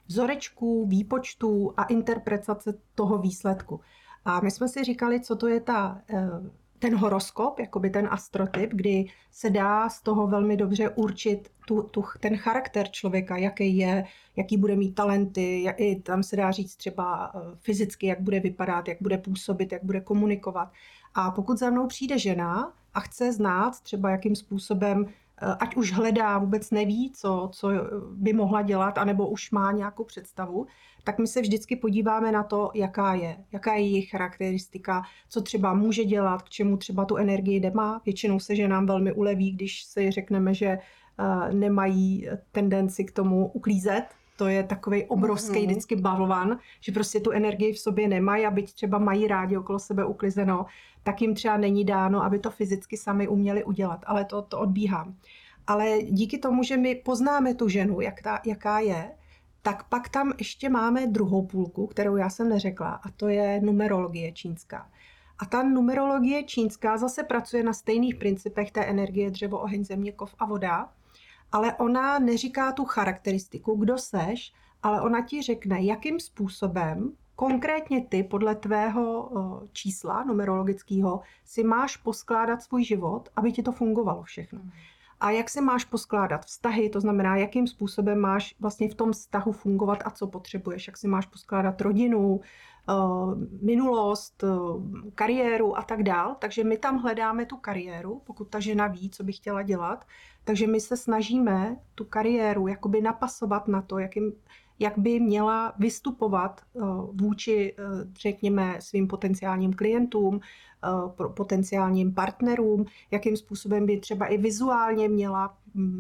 [SPEAKER 2] vzorečků, výpočtů a interpretace toho výsledku. A my jsme si říkali, co to je ta, ten horoskop, jakoby ten astrotyp, kdy se dá z toho velmi dobře určit tu, tu, ten charakter člověka, jaký je, jaký bude mít talenty, jak, i tam se dá říct třeba fyzicky, jak bude vypadat, jak bude působit, jak bude komunikovat. A pokud za mnou přijde žena a chce znát třeba, jakým způsobem, ať už hledá, vůbec neví, co, co by mohla dělat, anebo už má nějakou představu, tak my se vždycky podíváme na to, jaká je, jaká je jejich charakteristika, co třeba může dělat, k čemu třeba tu energii nemá. Většinou se ženám velmi uleví, když si řekneme, že uh, nemají tendenci k tomu uklízet. To je takový obrovský mm-hmm. vždycky balvan, že prostě tu energii v sobě nemají a byť třeba mají rádi okolo sebe uklizeno, tak jim třeba není dáno, aby to fyzicky sami uměli udělat. Ale to, to odbíhám. Ale díky tomu, že my poznáme tu ženu, jak ta, jaká je, tak pak tam ještě máme druhou půlku, kterou já jsem neřekla, a to je numerologie čínská. A ta numerologie čínská zase pracuje na stejných principech té energie dřevo, oheň, země, kov a voda, ale ona neříká tu charakteristiku, kdo seš, ale ona ti řekne, jakým způsobem konkrétně ty podle tvého čísla numerologického si máš poskládat svůj život, aby ti to fungovalo všechno. A jak si máš poskládat vztahy, to znamená, jakým způsobem máš vlastně v tom vztahu fungovat a co potřebuješ, jak si máš poskládat rodinu, minulost, kariéru a tak dál. Takže my tam hledáme tu kariéru, pokud ta žena ví, co by chtěla dělat. Takže my se snažíme tu kariéru jakoby napasovat na to, jakým, jak by měla vystupovat vůči, řekněme, svým potenciálním klientům, potenciálním partnerům, jakým způsobem by třeba i vizuálně měla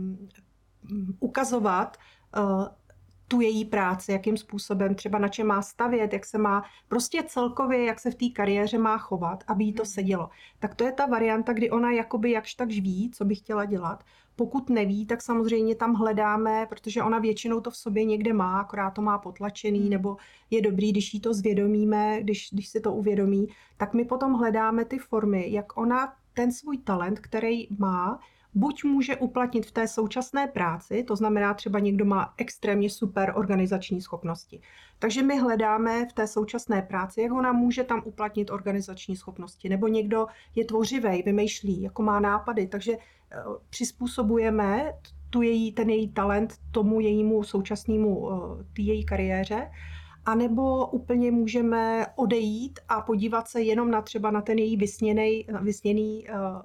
[SPEAKER 2] ukazovat tu její práci, jakým způsobem třeba na čem má stavět, jak se má prostě celkově, jak se v té kariéře má chovat, aby jí to sedělo. Tak to je ta varianta, kdy ona jakoby jakž takž ví, co by chtěla dělat. Pokud neví, tak samozřejmě tam hledáme, protože ona většinou to v sobě někde má, akorát to má potlačený, nebo je dobrý, když jí to zvědomíme, když, když si to uvědomí, tak my potom hledáme ty formy, jak ona ten svůj talent, který má, buď může uplatnit v té současné práci, to znamená třeba někdo má extrémně super organizační schopnosti. Takže my hledáme v té současné práci, jak ona může tam uplatnit organizační schopnosti. Nebo někdo je tvořivý, vymýšlí, jako má nápady, takže přizpůsobujeme tu její, ten její talent tomu jejímu současnému, té její kariéře. A nebo úplně můžeme odejít a podívat se jenom na třeba na ten její vysněný, vysněný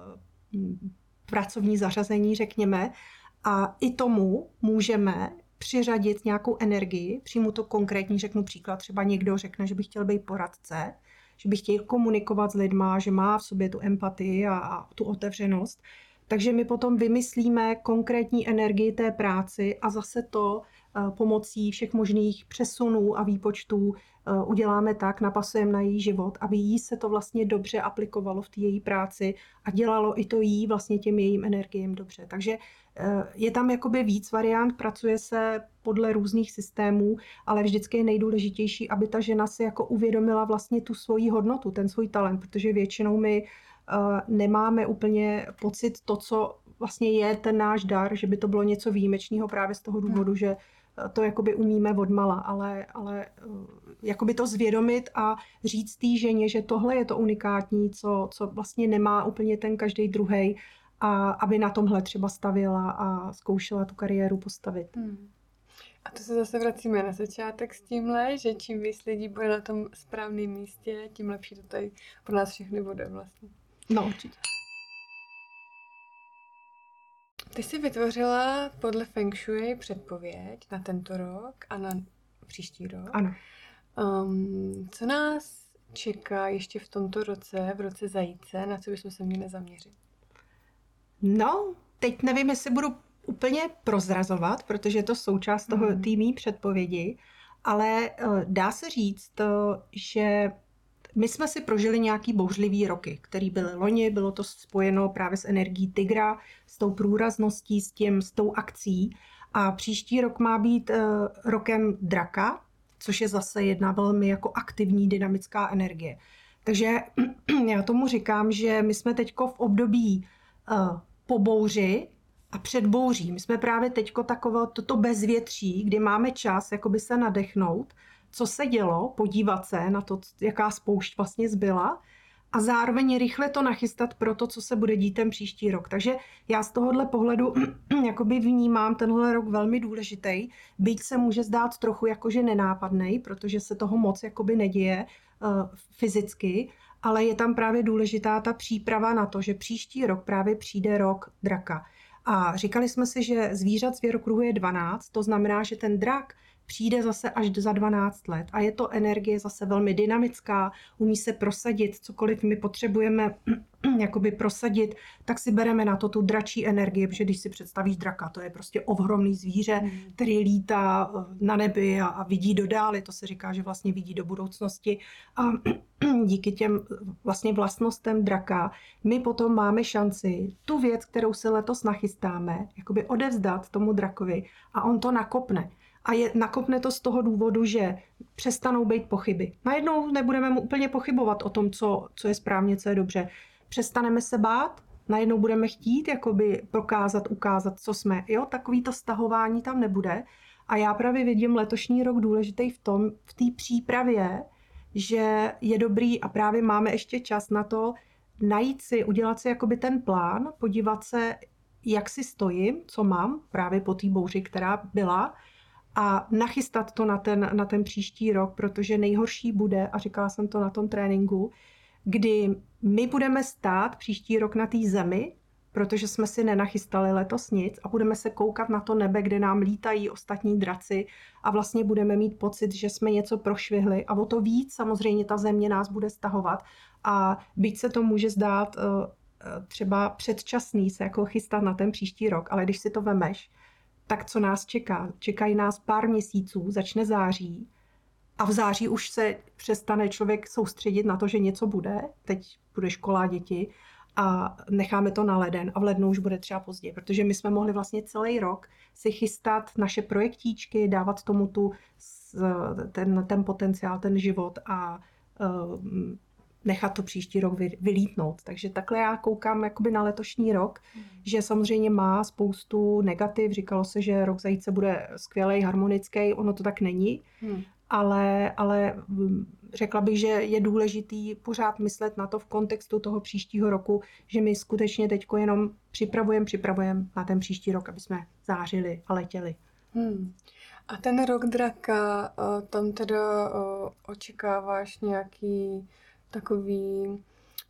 [SPEAKER 2] pracovní zařazení, řekněme, a i tomu můžeme přiřadit nějakou energii, přijmu to konkrétní, řeknu příklad, třeba někdo řekne, že by chtěl být poradce, že by chtěl komunikovat s lidma, že má v sobě tu empatii a, a tu otevřenost, takže my potom vymyslíme konkrétní energii té práci a zase to pomocí všech možných přesunů a výpočtů uděláme tak, napasujeme na její život, aby jí se to vlastně dobře aplikovalo v té její práci a dělalo i to jí vlastně těm jejím energiím dobře. Takže je tam jakoby víc variant, pracuje se podle různých systémů, ale vždycky je nejdůležitější, aby ta žena si jako uvědomila vlastně tu svoji hodnotu, ten svůj talent, protože většinou my nemáme úplně pocit to, co vlastně je ten náš dar, že by to bylo něco výjimečného právě z toho důvodu, že to jakoby umíme odmala, ale, ale jakoby to zvědomit a říct té ženě, že tohle je to unikátní, co, co vlastně nemá úplně ten každý druhej, a aby na tomhle třeba stavěla a zkoušela tu kariéru postavit. Hmm.
[SPEAKER 1] A to se zase vracíme na začátek s tímhle, že čím víc lidí bude na tom správném místě, tím lepší to tady pro nás všechny bude vlastně.
[SPEAKER 2] No určitě.
[SPEAKER 1] Ty jsi vytvořila podle Feng Shui předpověď na tento rok a na příští rok.
[SPEAKER 2] Ano.
[SPEAKER 1] Um, co nás čeká ještě v tomto roce, v roce zajíce, na co bychom se měli zaměřit?
[SPEAKER 2] No, teď nevím, jestli budu úplně prozrazovat, protože je to součást toho
[SPEAKER 1] mm.
[SPEAKER 2] týmí předpovědi, ale uh, dá se říct, uh, že my jsme si prožili nějaký bouřlivý roky, který byly loni, bylo to spojeno právě s energií tygra, s tou průrazností, s, tím, s tou akcí. A příští rok má být uh, rokem draka, což je zase jedna velmi jako aktivní dynamická energie. Takže já tomu říkám, že my jsme teďko v období uh, po bouři a před bouří. My jsme právě teďko takové toto bezvětří, kdy máme čas jakoby se nadechnout, co se dělo, podívat se na to, jaká spoušť vlastně zbyla a zároveň rychle to nachystat pro to, co se bude dít ten příští rok. Takže já z tohohle pohledu jakoby vnímám tenhle rok velmi důležitý, byť se může zdát trochu jakože nenápadnej, protože se toho moc jakoby neděje uh, fyzicky, ale je tam právě důležitá ta příprava na to, že příští rok právě přijde rok draka. A říkali jsme si, že zvířat zvěrokruhu je dvanáct, to znamená, že ten drak přijde zase až za dvanáct let a je to energie zase velmi dynamická, umí se prosadit, cokoliv my potřebujeme jakoby prosadit, tak si bereme na to tu dračí energii, protože když si představíš draka, to je prostě ohromný zvíře, mm. který lítá na nebi a, a vidí do dály, to se říká, že vlastně vidí do budoucnosti a díky těm vlastně vlastnostem draka my potom máme šanci tu věc, kterou si letos nachystáme, jakoby odevzdat tomu drakovi a on to nakopne. A je, nakopne to z toho důvodu, že přestanou být pochyby. Najednou nebudeme mu úplně pochybovat o tom, co, co je správně, co je dobře. Přestaneme se bát, najednou budeme chtít jakoby prokázat, ukázat, co jsme. Jo, takový to stahování tam nebude. A já právě vidím letošní rok důležitý v tom, v té přípravě, že je dobrý a právě máme ještě čas na to najít si, udělat si jakoby ten plán, podívat se, jak si stojím, co mám právě po té bouři, která byla, a nachystat to na ten, na ten příští rok, protože nejhorší bude, a říkala jsem to na tom tréninku, kdy my budeme stát příští rok na té zemi, protože jsme si nenachystali letos nic a budeme se koukat na to nebe, kde nám lítají ostatní draci a vlastně budeme mít pocit, že jsme něco prošvihli a o to víc samozřejmě ta země nás bude stahovat a byť se to může zdát třeba předčasný se jako chystat na ten příští rok, ale když si to vemeš, tak co nás čeká? Čekají nás pár měsíců, začne září a v září už se přestane člověk soustředit na to, že něco bude. Teď bude škola, děti a necháme to na leden a v lednu už bude třeba pozdě, protože my jsme mohli vlastně celý rok si chystat naše projektíčky, dávat tomu tu, ten, ten potenciál, ten život a um, nechat to příští rok vylítnout. Takže takhle já koukám jakoby na letošní rok, hmm. že samozřejmě má spoustu negativ. Říkalo se, že rok zajíce bude skvělej, harmonický, ono to tak není, hmm. ale, ale řekla bych, že je důležitý pořád myslet na to v kontextu toho příštího roku, že my skutečně teďko jenom připravujeme, připravujeme na ten příští rok, aby jsme zářili a letěli.
[SPEAKER 1] Hmm. A ten rok draka, tam teda očekáváš nějaký takový uh,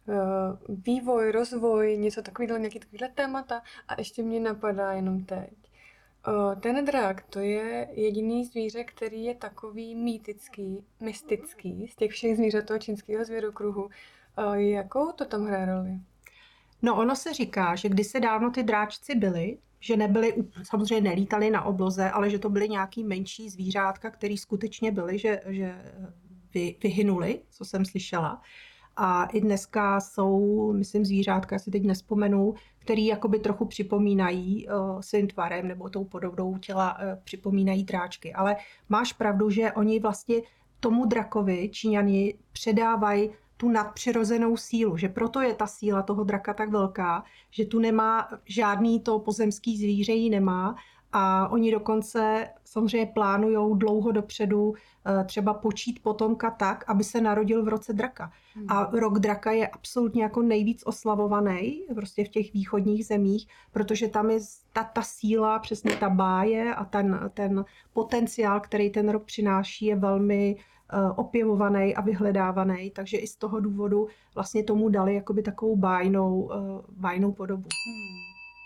[SPEAKER 1] vývoj, rozvoj, něco takového, nějaký takovýhle témata. A ještě mě napadá jenom teď. Uh, ten drak, to je jediný zvíře, který je takový mýtický, mystický z těch všech zvířat toho čínského zvěrokruhu. Uh, jakou to tam hraje roli?
[SPEAKER 2] No ono se říká, že kdysi dávno ty dráčci byli, že nebyli, samozřejmě nelítali na obloze, ale že to byly nějaký menší zvířátka, který skutečně byly, že, že vyhynuli, co jsem slyšela. A i dneska jsou, myslím, zvířátka, si teď nespomenu, který jakoby trochu připomínají uh, svým tvarem nebo tou podobou těla uh, připomínají dráčky. Ale máš pravdu, že oni vlastně tomu drakovi, Číňani, předávají tu nadpřirozenou sílu, že proto je ta síla toho draka tak velká, že tu nemá žádný to pozemský zvíře ji nemá. A oni dokonce samozřejmě plánujou dlouho dopředu třeba počít potomka tak, aby se narodil v roce draka. Hmm. A rok draka je absolutně jako nejvíc oslavovaný prostě v těch východních zemích, protože tam je ta, ta síla, přesně ta báje a ten, ten potenciál, který ten rok přináší, je velmi uh, opěvovaný a vyhledávaný. Takže i z toho důvodu vlastně tomu dali jakoby takovou bájnou, uh, bájnou podobu. Hmm.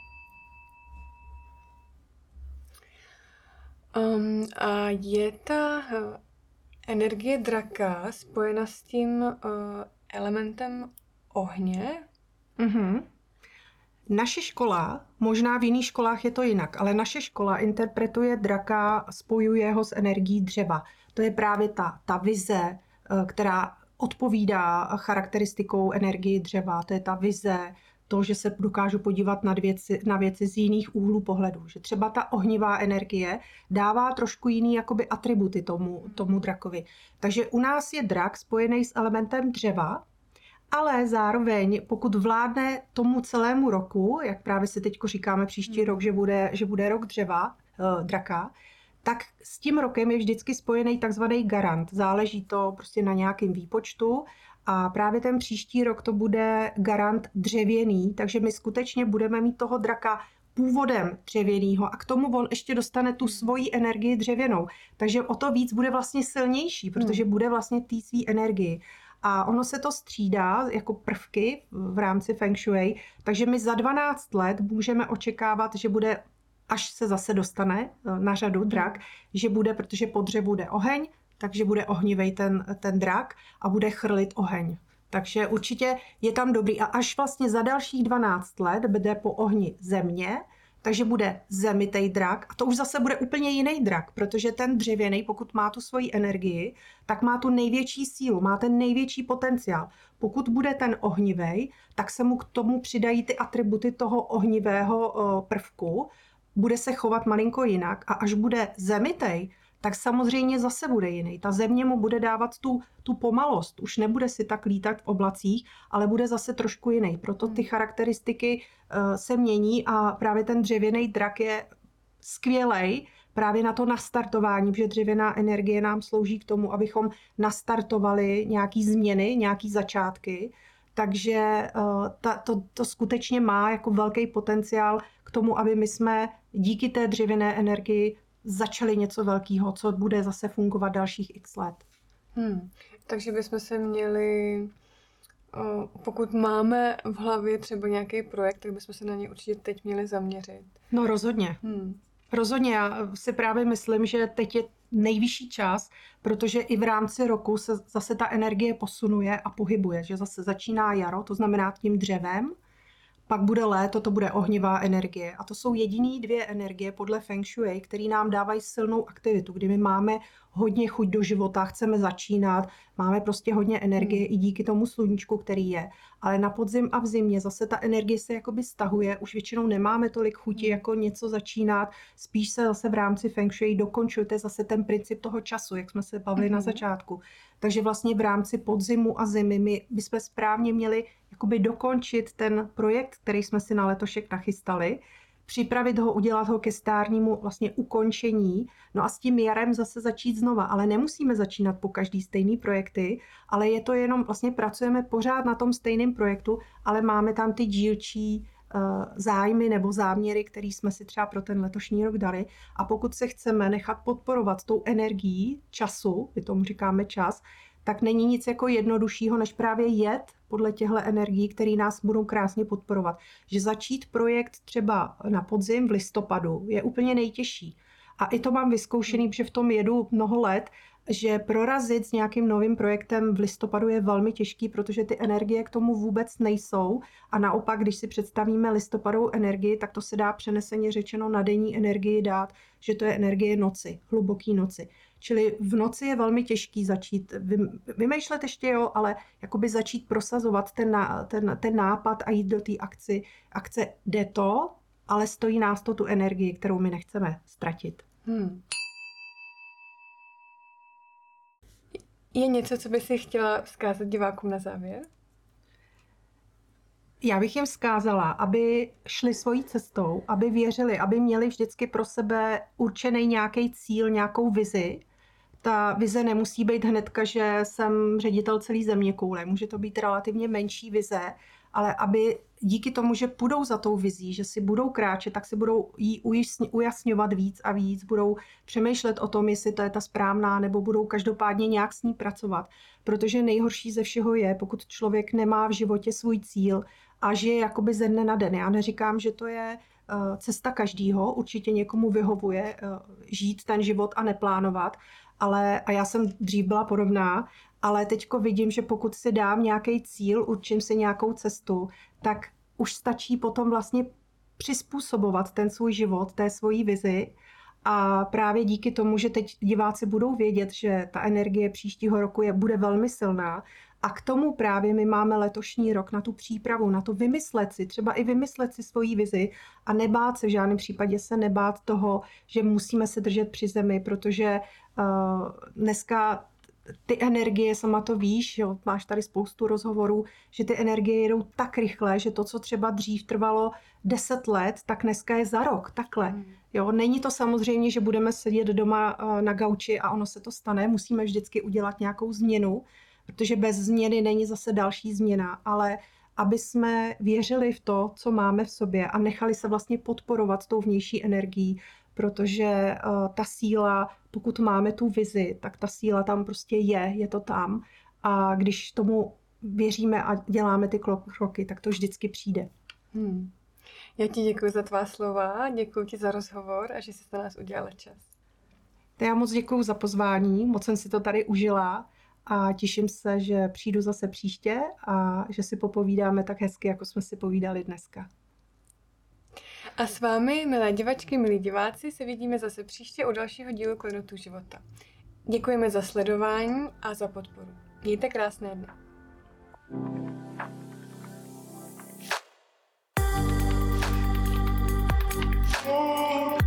[SPEAKER 1] Um, a je ta uh, energie draka spojena s tím uh, elementem ohně?
[SPEAKER 2] Mm-hmm. Naše škola, možná v jiných školách je to jinak, ale naše škola interpretuje draka, spojuje ho s energií dřeva. To je právě ta, ta vize, uh, která odpovídá charakteristikou energii dřeva. To je ta vize, to, že se dokážu podívat na věci, na věci z jiných úhlů pohledu. Že třeba ta ohnivá energie dává trošku jiný jakoby atributy tomu, tomu drakovi. Takže u nás je drak spojený s elementem dřeva ale zároveň, pokud vládne tomu celému roku, jak právě si teď říkáme příští rok, že bude, že bude rok dřeva, uh, draka, tak s tím rokem je vždycky spojený takzvaný garant. Záleží to prostě na nějakém výpočtu a právě ten příští rok to bude garant dřevěný, takže my skutečně budeme mít toho draka původem dřevěnýho a k tomu on ještě dostane tu svoji energii dřevěnou. Takže o to víc bude vlastně silnější, protože bude vlastně té své energii. A ono se to střídá jako prvky v rámci Feng Shui, takže my za dvanáct let můžeme očekávat, že bude, až se zase dostane na řadu drak, že bude, protože po dřevu jde oheň, takže bude ohnivej ten, ten drak a bude chrlit oheň. Takže určitě je tam dobrý. A až vlastně za dalších dvanáct let bude po ohni země, takže bude zemitej drak a to už zase bude úplně jiný drak, protože ten dřevěný, pokud má tu svoji energii, tak má tu největší sílu, má ten největší potenciál. Pokud bude ten ohnivej, tak se mu k tomu přidají ty atributy toho ohnivého prvku, bude se chovat malinko jinak a až bude zemitej, tak samozřejmě zase bude jiný. Ta země mu bude dávat tu, tu pomalost. Už nebude si tak lítat v oblacích, ale bude zase trošku jiný. Proto ty charakteristiky uh, se mění a právě ten dřevěný drak je skvělej právě na to nastartování, protože dřevěná energie nám slouží k tomu, abychom nastartovali nějaký změny, nějaký začátky. Takže uh, ta, to, to skutečně má jako velký potenciál k tomu, aby my jsme díky té dřevěné energii začali něco velkého, co bude zase fungovat dalších x let.
[SPEAKER 1] Hmm. Takže bychom se měli, pokud máme v hlavě třeba nějaký projekt, tak bychom se na něj určitě teď měli zaměřit.
[SPEAKER 2] No rozhodně.
[SPEAKER 1] Hmm.
[SPEAKER 2] Rozhodně. Já si právě myslím, že teď je nejvyšší čas, protože i v rámci roku se zase ta energie posunuje a pohybuje, že zase začíná jaro, to znamená tím dřevem, pak bude léto, to bude ohnivá energie. A to jsou jediný dvě energie podle Feng Shui, které nám dávají silnou aktivitu, kdy my máme hodně chuť do života, chceme začínat, máme prostě hodně energie hmm. i díky tomu sluníčku, který je. Ale na podzim a v zimě zase ta energie se jakoby stahuje, už většinou nemáme tolik chuti jako něco začínat, spíš se zase v rámci Feng Shui dokončujete zase ten princip toho času, jak jsme se bavili hmm. na začátku. Takže vlastně v rámci podzimu a zimy my bychom správně měli jakoby dokončit ten projekt, který jsme si na letošek nachystali, připravit ho, udělat ho ke stárnímu vlastně ukončení, no a s tím jarem zase začít znova, ale nemusíme začínat po každý stejný projekty, ale je to jenom, vlastně pracujeme pořád na tom stejném projektu, ale máme tam ty dílčí uh, zájmy nebo záměry, které jsme si třeba pro ten letošní rok dali a pokud se chceme nechat podporovat tou energií času, my tomu říkáme čas, tak není nic jako jednoduššího, než právě jet podle těchto energií, které nás budou krásně podporovat. Že začít projekt třeba na podzim v listopadu je úplně nejtěžší. A i to mám vyzkoušený, protože v tom jedu mnoho let, že prorazit s nějakým novým projektem v listopadu je velmi těžký, protože ty energie k tomu vůbec nejsou. A naopak, když si představíme listopadovou energii, tak to se dá přeneseně řečeno na denní energii dát, že to je energie noci, hluboký noci. Čili v noci je velmi těžký začít vymýšlet ještě, jo, ale jakoby začít prosazovat ten, ten, ten nápad a jít do té akci. Akce jde to, ale stojí nás to tu energii, kterou my nechceme ztratit.
[SPEAKER 1] Hmm. Je něco, co by si chtěla vzkázat divákům na závěr?
[SPEAKER 2] Já bych jim vzkázala, aby šli svojí cestou, aby věřili, aby měli vždycky pro sebe určený nějaký cíl, nějakou vizi. Ta vize nemusí být hnedka, že jsem ředitel celé zeměkoule. Může to být relativně menší vize, ale aby díky tomu, že půjdou za tou vizí, že si budou kráčet, tak si budou jí ujasňovat víc a víc, budou přemýšlet o tom, jestli to je ta správná, nebo budou každopádně nějak s ní pracovat. Protože nejhorší ze všeho je, pokud člověk nemá v životě svůj cíl a žije jakoby ze dne na den. Já neříkám, že to je cesta každýho, určitě někomu vyhovuje žít ten život a neplánovat, ale, a já jsem dřív byla podobná, ale teďko vidím, že pokud si dám nějaký cíl, určím si nějakou cestu, tak už stačí potom vlastně přizpůsobovat ten svůj život, té svojí vizi a právě díky tomu, že teď diváci budou vědět, že ta energie příštího roku je, bude velmi silná a k tomu právě my máme letošní rok na tu přípravu, na to vymyslet si, třeba i vymyslet si svoji vizi a nebát se, v žádném případě se nebát toho, že musíme se držet při zemi, protože uh, dneska ty energie, sama to víš, jo, máš tady spoustu rozhovorů, že ty energie jedou tak rychle, že to, co třeba dřív trvalo deset let, tak dneska je za rok, takhle.
[SPEAKER 1] Hmm.
[SPEAKER 2] Jo, není to samozřejmě, že budeme sedět doma na gauči a ono se to stane, musíme vždycky udělat nějakou změnu, protože bez změny není zase další změna, ale aby jsme věřili v to, co máme v sobě a nechali se vlastně podporovat tou vnější energií, protože uh, ta síla, pokud máme tu vizi, tak ta síla tam prostě je, je to tam a když tomu věříme a děláme ty kroky, tak to vždycky přijde.
[SPEAKER 1] Hmm. Já ti děkuji za tvá slova, děkuji ti za rozhovor a že jsi na nás udělala čas.
[SPEAKER 2] Já moc děkuji za pozvání, moc jsem si to tady užila a těším se, že přijdu zase příště a že si popovídáme tak hezky, jako jsme si povídali dneska.
[SPEAKER 1] A s vámi, milé divačky, milí diváci, se vidíme zase příště u dalšího dílu Klenotů života. Děkujeme za sledování a za podporu. Mějte krásné dny. Oh